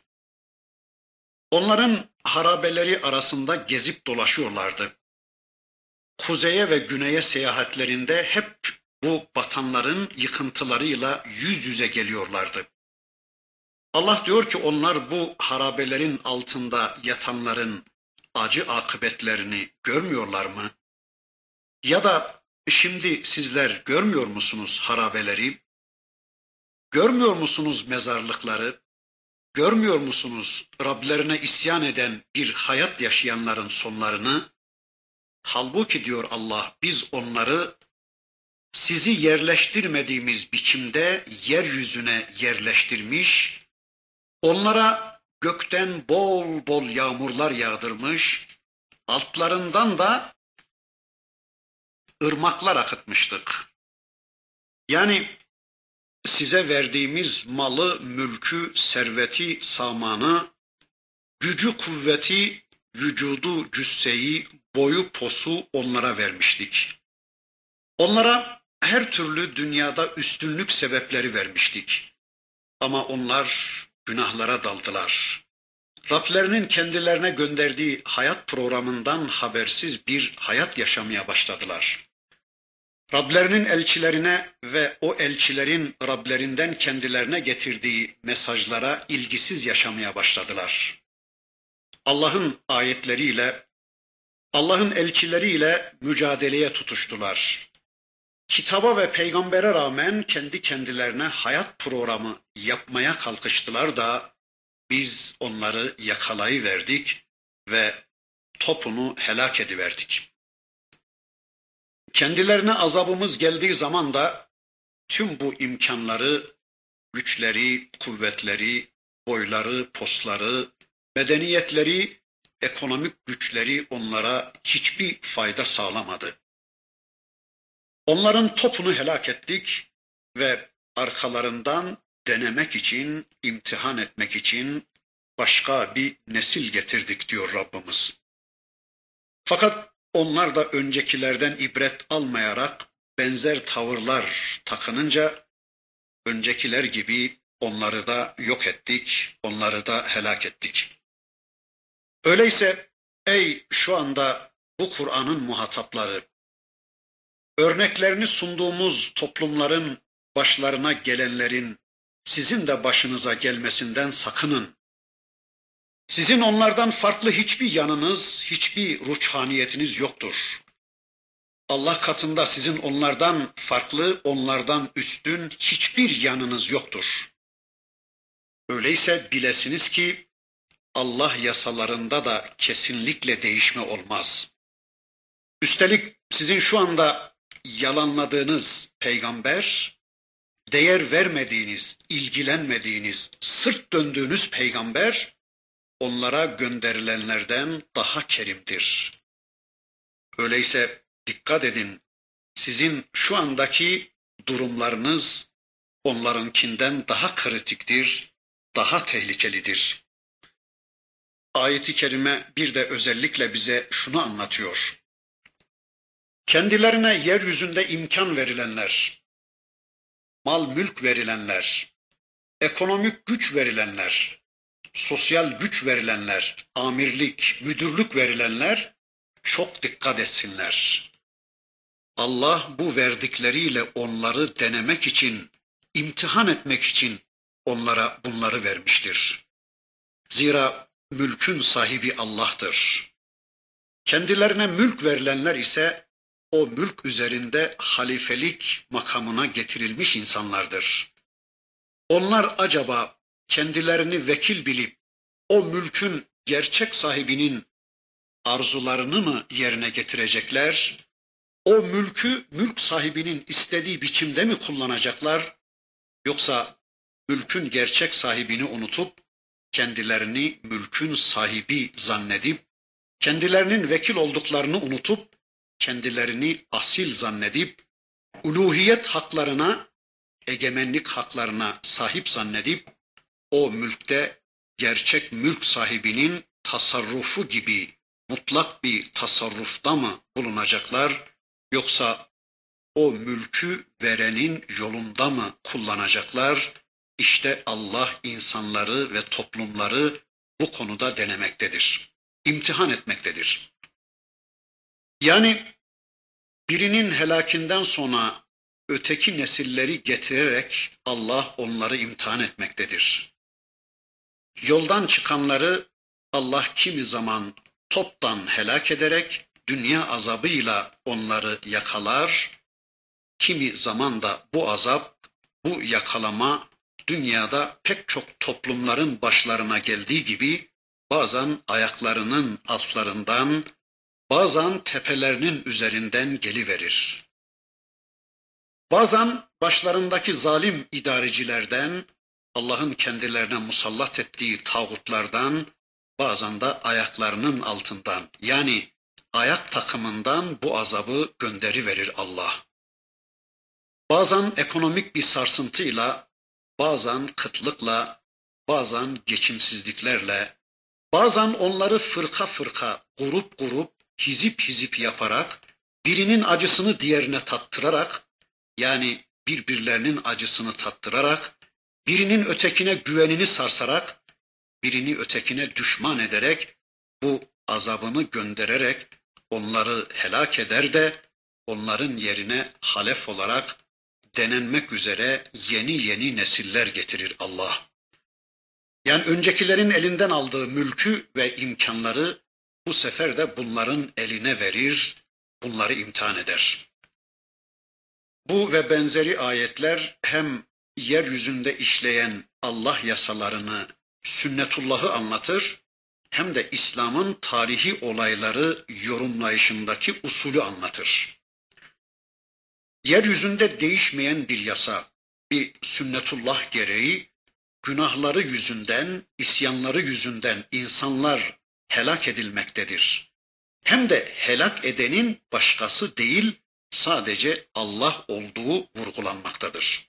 Onların harabeleri arasında gezip dolaşıyorlardı. Kuzeye ve güneye seyahatlerinde hep bu batanların yıkıntılarıyla yüz yüze geliyorlardı. Allah diyor ki onlar bu harabelerin altında yatanların acı akıbetlerini görmüyorlar mı? Ya da şimdi sizler görmüyor musunuz harabeleri? Görmüyor musunuz mezarlıkları? Görmüyor musunuz Rablerine isyan eden bir hayat yaşayanların sonlarını? Halbuki diyor Allah, biz onları sizi yerleştirmediğimiz biçimde yeryüzüne yerleştirmiş, onlara gökten bol bol yağmurlar yağdırmış, altlarından da ırmaklar akıtmıştık. Yani size verdiğimiz malı, mülkü, serveti, samanı, gücü, kuvveti, vücudu, cüsseyi, boyu, posu onlara vermiştik. Onlara her türlü dünyada üstünlük sebepleri vermiştik. Ama onlar günahlara daldılar. Rablerinin kendilerine gönderdiği hayat programından habersiz bir hayat yaşamaya başladılar. Rablerinin elçilerine ve o elçilerin Rablerinden kendilerine getirdiği mesajlara ilgisiz yaşamaya başladılar. Allah'ın ayetleriyle, Allah'ın elçileriyle mücadeleye tutuştular. Kitaba ve peygambere rağmen kendi kendilerine hayat programı yapmaya kalkıştılar da biz onları yakalayıverdik ve topunu helak ediverdik. Kendilerine azabımız geldiği zaman da tüm bu imkanları, güçleri, kuvvetleri, boyları, posları, medeniyetleri, ekonomik güçleri onlara hiçbir fayda sağlamadı. Onların topunu helak ettik ve arkalarından denemek için, imtihan etmek için başka bir nesil getirdik diyor Rabbimiz. Fakat onlar da öncekilerden ibret almayarak benzer tavırlar takınınca öncekiler gibi onları da yok ettik, onları da helak ettik. Öyleyse ey şu anda bu Kur'an'ın muhatapları, örneklerini sunduğumuz toplumların başlarına gelenlerin sizin de başınıza gelmesinden sakının. Sizin onlardan farklı hiçbir yanınız, hiçbir ruçhaniyetiniz yoktur. Allah katında sizin onlardan farklı, onlardan üstün hiçbir yanınız yoktur. Öyleyse bilesiniz ki Allah yasalarında da kesinlikle değişme olmaz. Üstelik sizin şu anda yalanladığınız peygamber, değer vermediğiniz, ilgilenmediğiniz, sırt döndüğünüz peygamber, onlara gönderilenlerden daha kerimdir. Öyleyse dikkat edin, sizin şu andaki durumlarınız onlarınkinden daha kritiktir, daha tehlikelidir. Ayet-i kerime bir de özellikle bize şunu anlatıyor. Kendilerine yeryüzünde imkan verilenler, mal mülk verilenler, ekonomik güç verilenler, sosyal güç verilenler, amirlik, müdürlük verilenler çok dikkat etsinler. Allah bu verdikleriyle onları denemek için, imtihan etmek için onlara bunları vermiştir. Zira mülkün sahibi Allah'tır. Kendilerine mülk verilenler ise o mülk üzerinde halifelik makamına getirilmiş insanlardır. Onlar acaba kendilerini vekil bilip o mülkün gerçek sahibinin arzularını mı yerine getirecekler? O mülkü mülk sahibinin istediği biçimde mi kullanacaklar? Yoksa mülkün gerçek sahibini unutup kendilerini mülkün sahibi zannedip, kendilerinin vekil olduklarını unutup kendilerini asil zannedip, uluhiyet haklarına, egemenlik haklarına sahip zannedip o mülkte gerçek mülk sahibinin tasarrufu gibi mutlak bir tasarrufta mı bulunacaklar, yoksa o mülkü verenin yolunda mı kullanacaklar? İşte Allah insanları ve toplumları bu konuda denemektedir, imtihan etmektedir. Yani birinin helakinden sonra öteki nesilleri getirerek Allah onları imtihan etmektedir. Yoldan çıkanları Allah kimi zaman toptan helak ederek dünya azabıyla onları yakalar, kimi zaman da bu azap, bu yakalama dünyada pek çok toplumların başlarına geldiği gibi bazen ayaklarının altlarından, bazen tepelerinin üzerinden geliverir. Bazen başlarındaki zalim idarecilerden, Allah'ın kendilerine musallat ettiği tağutlardan, bazen de ayaklarının altından, yani ayak takımından bu azabı gönderiverir Allah. Bazen ekonomik bir sarsıntıyla, bazen kıtlıkla, bazen geçimsizliklerle, bazen onları fırka fırka, grup grup, hizip hizip yaparak, birinin acısını diğerine tattırarak, yani birbirlerinin acısını tattırarak, birinin ötekine güvenini sarsarak, birini ötekine düşman ederek, bu azabını göndererek onları helak eder de, onların yerine halef olarak denenmek üzere yeni yeni nesiller getirir Allah. Yani öncekilerin elinden aldığı mülkü ve imkanları bu sefer de bunların eline verir, bunları imtihan eder. Bu ve benzeri ayetler hem yeryüzünde işleyen Allah yasalarını, sünnetullahı anlatır, hem de İslam'ın tarihi olayları yorumlayışındaki usulü anlatır. Yeryüzünde değişmeyen bir yasa, bir sünnetullah gereği, günahları yüzünden, isyanları yüzünden insanlar helak edilmektedir. Hem de helak edenin başkası değil, sadece Allah olduğu vurgulanmaktadır.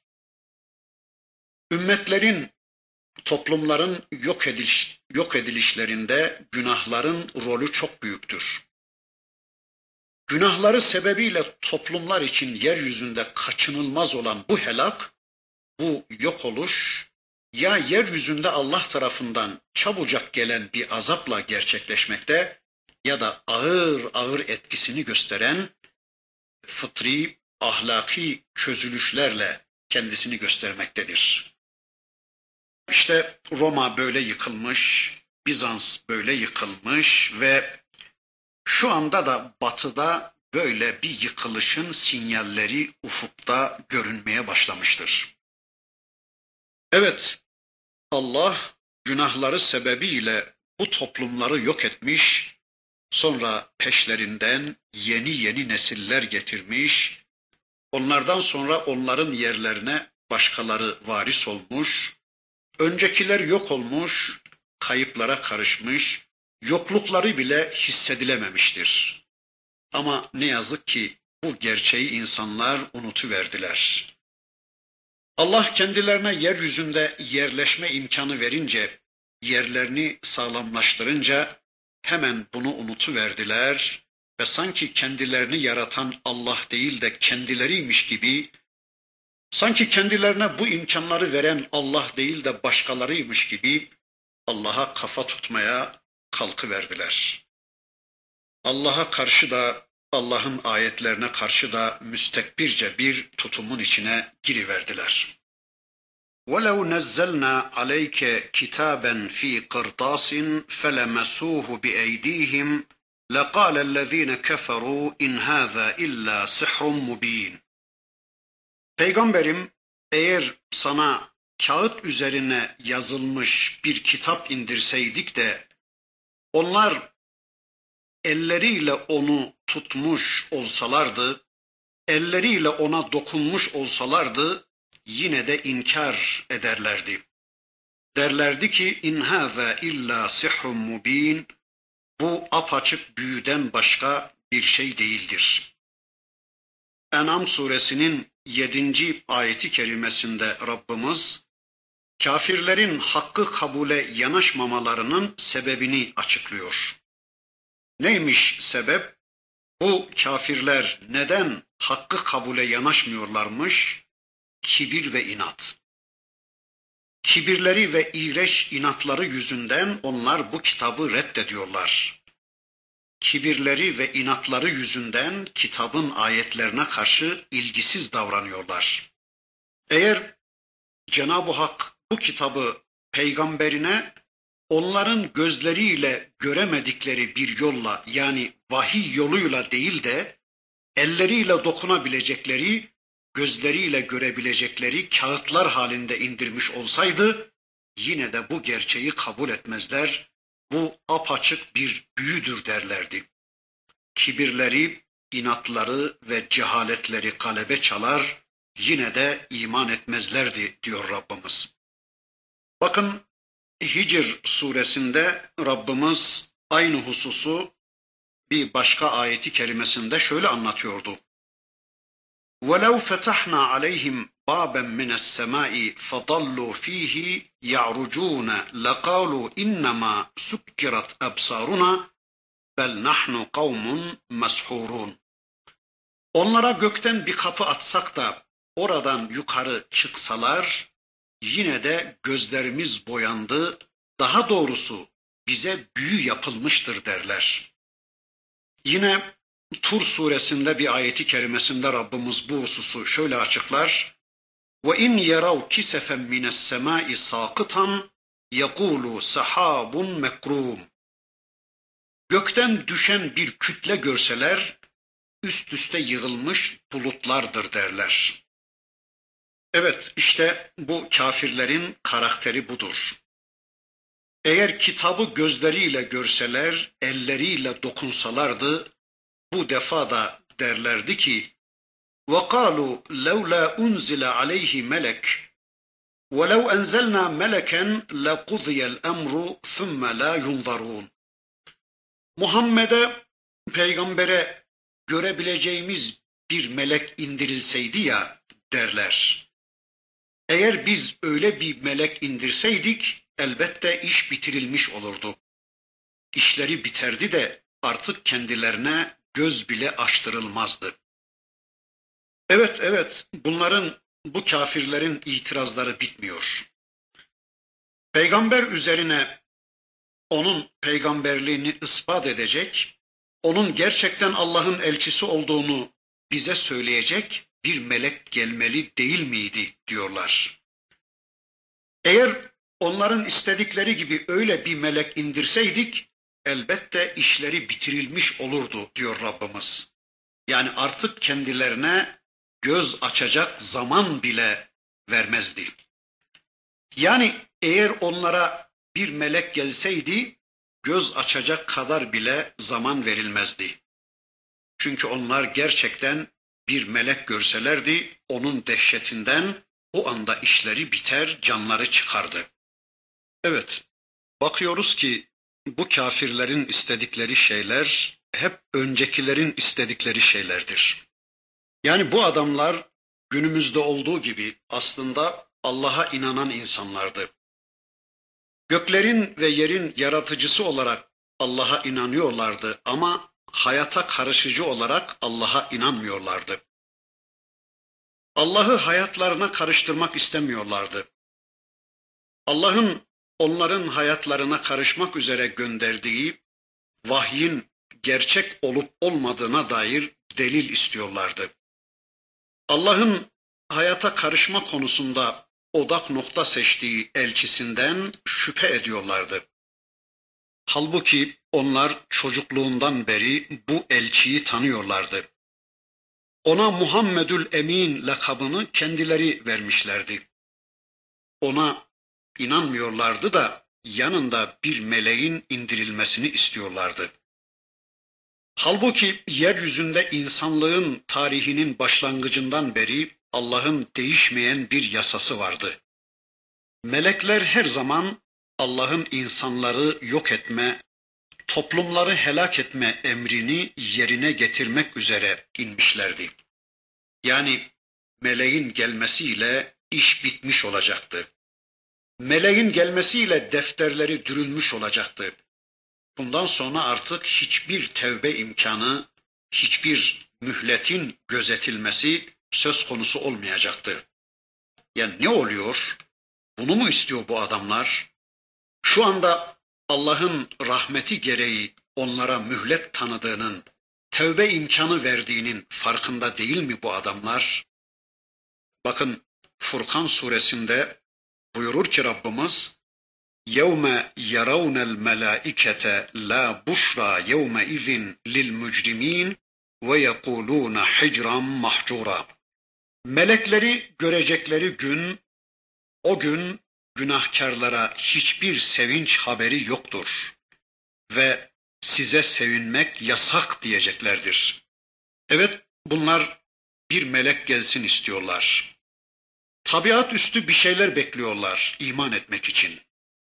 Ümmetlerin, toplumların yok ediliş, yok edilişlerinde günahların rolü çok büyüktür. Günahları sebebiyle toplumlar için yeryüzünde kaçınılmaz olan bu helak, bu yok oluş, ya yeryüzünde Allah tarafından çabucak gelen bir azapla gerçekleşmekte ya da ağır ağır etkisini gösteren fıtri, ahlaki çözülüşlerle kendisini göstermektedir. İşte Roma böyle yıkılmış, Bizans böyle yıkılmış ve şu anda da batıda böyle bir yıkılışın sinyalleri ufukta görünmeye başlamıştır. Evet, Allah günahları sebebiyle bu toplumları yok etmiş, sonra peşlerinden yeni yeni nesiller getirmiş, onlardan sonra onların yerlerine başkaları varis olmuş, öncekiler yok olmuş, kayıplara karışmış, yoklukları bile hissedilememiştir. Ama ne yazık ki bu gerçeği insanlar unutuverdiler. Allah kendilerine yeryüzünde yerleşme imkanı verince, yerlerini sağlamlaştırınca hemen bunu unutuverdiler ve sanki kendilerini yaratan Allah değil de kendileriymiş gibi, sanki kendilerine bu imkanları veren Allah değil de başkalarıymış gibi Allah'a kafa tutmaya kalkıverdiler. Allah'a karşı da, Allah'ın ayetlerine karşı da müstekbirce bir tutumun içine giriverdiler. وَلَوْ نَزَّلْنَا عَلَيْكَ كِتَابًا فِي قِرْطَاسٍ فَلَمَسُوهُ بِأَيْدِيهِمْ لَقَالَ الَّذ۪ينَ كَفَرُوا اِنْ هَذَا اِلَّا سِحْرٌ مُب۪ينٌ. Peygamberim, eğer sana kağıt üzerine yazılmış bir kitap indirseydik de onlar elleriyle onu tutmuş olsalardı, elleriyle ona dokunmuş olsalardı, yine de inkar ederlerdi. Derlerdi ki, in hâzâ illâ sihrun mubîn, bu apaçık büyüden başka bir şey değildir. En'am suresinin yedinci ayeti kerimesinde Rabbimiz, kafirlerin hakkı kabule yanaşmamalarının sebebini açıklıyor. Neymiş sebep? Bu kafirler neden hakkı kabule yanaşmıyorlarmış? Kibir ve inat. Kibirleri ve iğreç inatları yüzünden onlar bu kitabı reddediyorlar. Kibirleri ve inatları yüzünden kitabın ayetlerine karşı ilgisiz davranıyorlar. Eğer Cenab-ı Hak bu kitabı peygamberine onların gözleriyle göremedikleri bir yolla, yani vahiy yoluyla değil de elleriyle dokunabilecekleri, gözleriyle görebilecekleri kağıtlar halinde indirmiş olsaydı, yine de bu gerçeği kabul etmezler. Bu apaçık bir büyüdür derlerdi. Kibirleri, inatları ve cehaletleri galebe çalar, yine de iman etmezlerdi diyor Rabbimiz. Bakın, Hicr suresinde Rabbimiz aynı hususu bir başka ayeti kerimesinde şöyle anlatıyordu. وَلَوْ فَتَحْنَا عَلَيْهِمْ بَابًا مِنَ السَّمَاءِ فَضَلُّوا ف۪يهِ يَعْرُجُونَ لَقَالُوا اِنَّمَا سُكِّرَتْ أَبْصَارُنَا بَلْ نَحْنُ قَوْمٌ مَسْحُورُونَ. Onlara gökten bir kapı atsak da oradan yukarı çıksalar, yine de gözlerimiz boyandı, daha doğrusu bize büyü yapılmıştır derler. Yine Tur suresinde bir ayeti kerimesinde Rabbimiz bu hususu şöyle açıklar. وَاِنْ يَرَوْ كِسَفًا مِنَ السَّمَاءِ سَاقِطًا يَقُولُوا سَحَابٌ مَكْرُومٌ. Gökten düşen bir kütle görseler, üst üste yığılmış bulutlardır derler. Evet, işte bu kafirlerin karakteri budur. Eğer kitabı gözleriyle görseler, elleriyle dokunsalardı, bu defa da derlerdi ki, وَقَالُوا لَوْلَا أُنْزِلَ عَلَيْهِ مَلَكٌ وَلَوْ أَنْزَلْنَا مَلَكًا لَقُضِيَ الْأَمْرُ ثُمَّ لَا يُنْظَرُونَ. Muhammed'e, peygambere görebileceğimiz bir melek indirilseydi ya derler. Eğer biz öyle bir melek indirseydik, elbette iş bitirilmiş olurdu. İşleri biterdi de artık kendilerine göz bile açtırılmazdı. Evet, evet, bunların, bu kafirlerin itirazları bitmiyor. Peygamber üzerine onun peygamberliğini ispat edecek, onun gerçekten Allah'ın elçisi olduğunu bize söyleyecek bir melek gelmeli değil miydi diyorlar. Eğer onların istedikleri gibi öyle bir melek indirseydik, elbette işleri bitirilmiş olurdu diyor Rabbimiz. Yani artık kendilerine göz açacak zaman bile vermezdi. Yani eğer onlara bir melek gelseydi, göz açacak kadar bile zaman verilmezdi. Çünkü onlar gerçekten bir melek görselerdi, onun dehşetinden o anda işleri biter, canları çıkardı. Evet, bakıyoruz ki bu kafirlerin istedikleri şeyler hep öncekilerin istedikleri şeylerdir. Yani bu adamlar günümüzde olduğu gibi aslında Allah'a inanan insanlardı. Göklerin ve yerin yaratıcısı olarak Allah'a inanıyorlardı ama hayata karışıcı olarak Allah'a inanmıyorlardı. Allah'ı hayatlarına karıştırmak istemiyorlardı. Allah'ın onların hayatlarına karışmak üzere gönderdiği vahyin gerçek olup olmadığına dair delil istiyorlardı. Allah'ın hayata karışma konusunda odak nokta seçtiği elçisinden şüphe ediyorlardı. Halbuki onlar çocukluğundan beri bu elçiyi tanıyorlardı. Ona Muhammedül Emin lakabını kendileri vermişlerdi. Ona inanmıyorlardı da yanında bir meleğin indirilmesini istiyorlardı. Halbuki yeryüzünde insanlığın tarihinin başlangıcından beri Allah'ın değişmeyen bir yasası vardı. Melekler her zaman Allah'ın insanları yok etme, toplumları helak etme emrini yerine getirmek üzere inmişlerdi. Yani meleğin gelmesiyle iş bitmiş olacaktı. Meleğin gelmesiyle defterleri dürülmüş olacaktı. Bundan sonra artık hiçbir tevbe imkanı, hiçbir mühletin gözetilmesi söz konusu olmayacaktı. Yani ne oluyor? Bunu mu istiyor bu adamlar? Şu anda Allah'ın rahmeti gereği onlara mühlet tanıdığının, tevbe imkanı verdiğinin farkında değil mi bu adamlar? Bakın Furkan suresinde buyurur ki Rabbimiz, يَوْمَ يَرَوْنَ الْمَلَائِكَةَ لَا بُشْرَى يَوْمَئِذٍ لِلْمُجْرِمِينَ وَيَقُولُونَ حِجْرًا مَحْجُورًا. Melekleri görecekleri gün, o gün günahkarlara hiçbir sevinç haberi yoktur ve size sevinmek yasak diyeceklerdir. Evet, bunlar bir melek gelsin istiyorlar. Tabiat üstü bir şeyler bekliyorlar iman etmek için.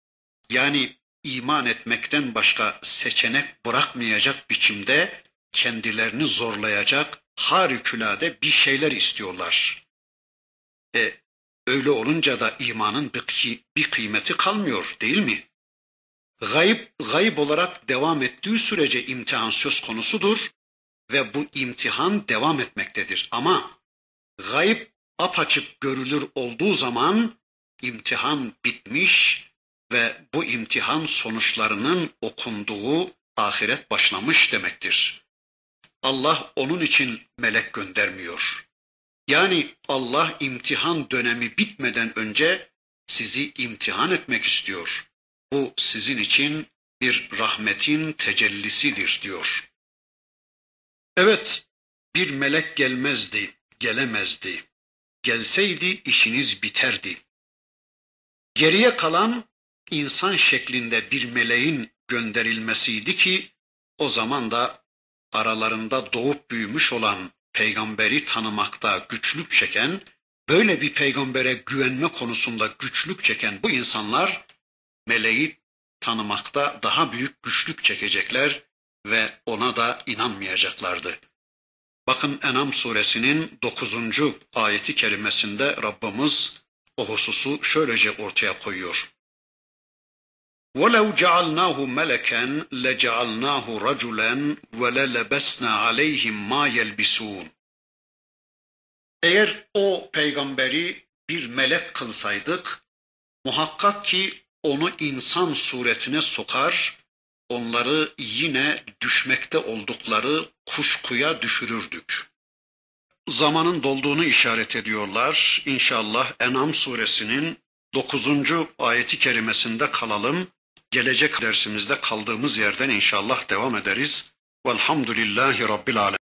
Yani iman etmekten başka seçenek bırakmayacak biçimde kendilerini zorlayacak harikulade bir şeyler istiyorlar. E öyle olunca da imanın bir, bir kıymeti kalmıyor değil mi? Gayb, gayb olarak devam ettiği sürece imtihan söz konusudur ve bu imtihan devam etmektedir. Ama gayb apaçık görülür olduğu zaman imtihan bitmiş ve bu imtihan sonuçlarının okunduğu ahiret başlamış demektir. Allah onun için melek göndermiyor. Yani Allah imtihan dönemi bitmeden önce sizi imtihan etmek istiyor. Bu sizin için bir rahmetin tecellisidir diyor. Evet, bir melek gelmezdi, gelemezdi. Gelseydi işiniz biterdi. Geriye kalan insan şeklinde bir meleğin gönderilmesiydi ki o zaman da aralarında doğup büyümüş olan peygamberi tanımakta güçlük çeken, böyle bir peygambere güvenme konusunda güçlük çeken bu insanlar meleği tanımakta daha büyük güçlük çekecekler ve ona da inanmayacaklardı. Bakın En'am suresinin dokuzuncu ayeti kerimesinde Rabbimiz o hususu şöylece ortaya koyuyor. وَلَوْ جَعَلْنَاهُ مَلَكًا لَجَعَلْنَاهُ رَجُلًا وَلَلَبَسْنَا عَلَيْهِمْ مَا يَلْبِسُونَ. Eğer o peygamberi bir melek kılsaydık, muhakkak ki onu insan suretine sokar, onları yine düşmekte oldukları kuşkuya düşürürdük. Zamanın dolduğunu işaret ediyorlar. İnşallah En'am suresinin dokuzuncu ayeti kerimesinde kalalım. Gelecek dersimizde kaldığımız yerden inşallah devam ederiz. Velhamdülillahi Rabbil alemin.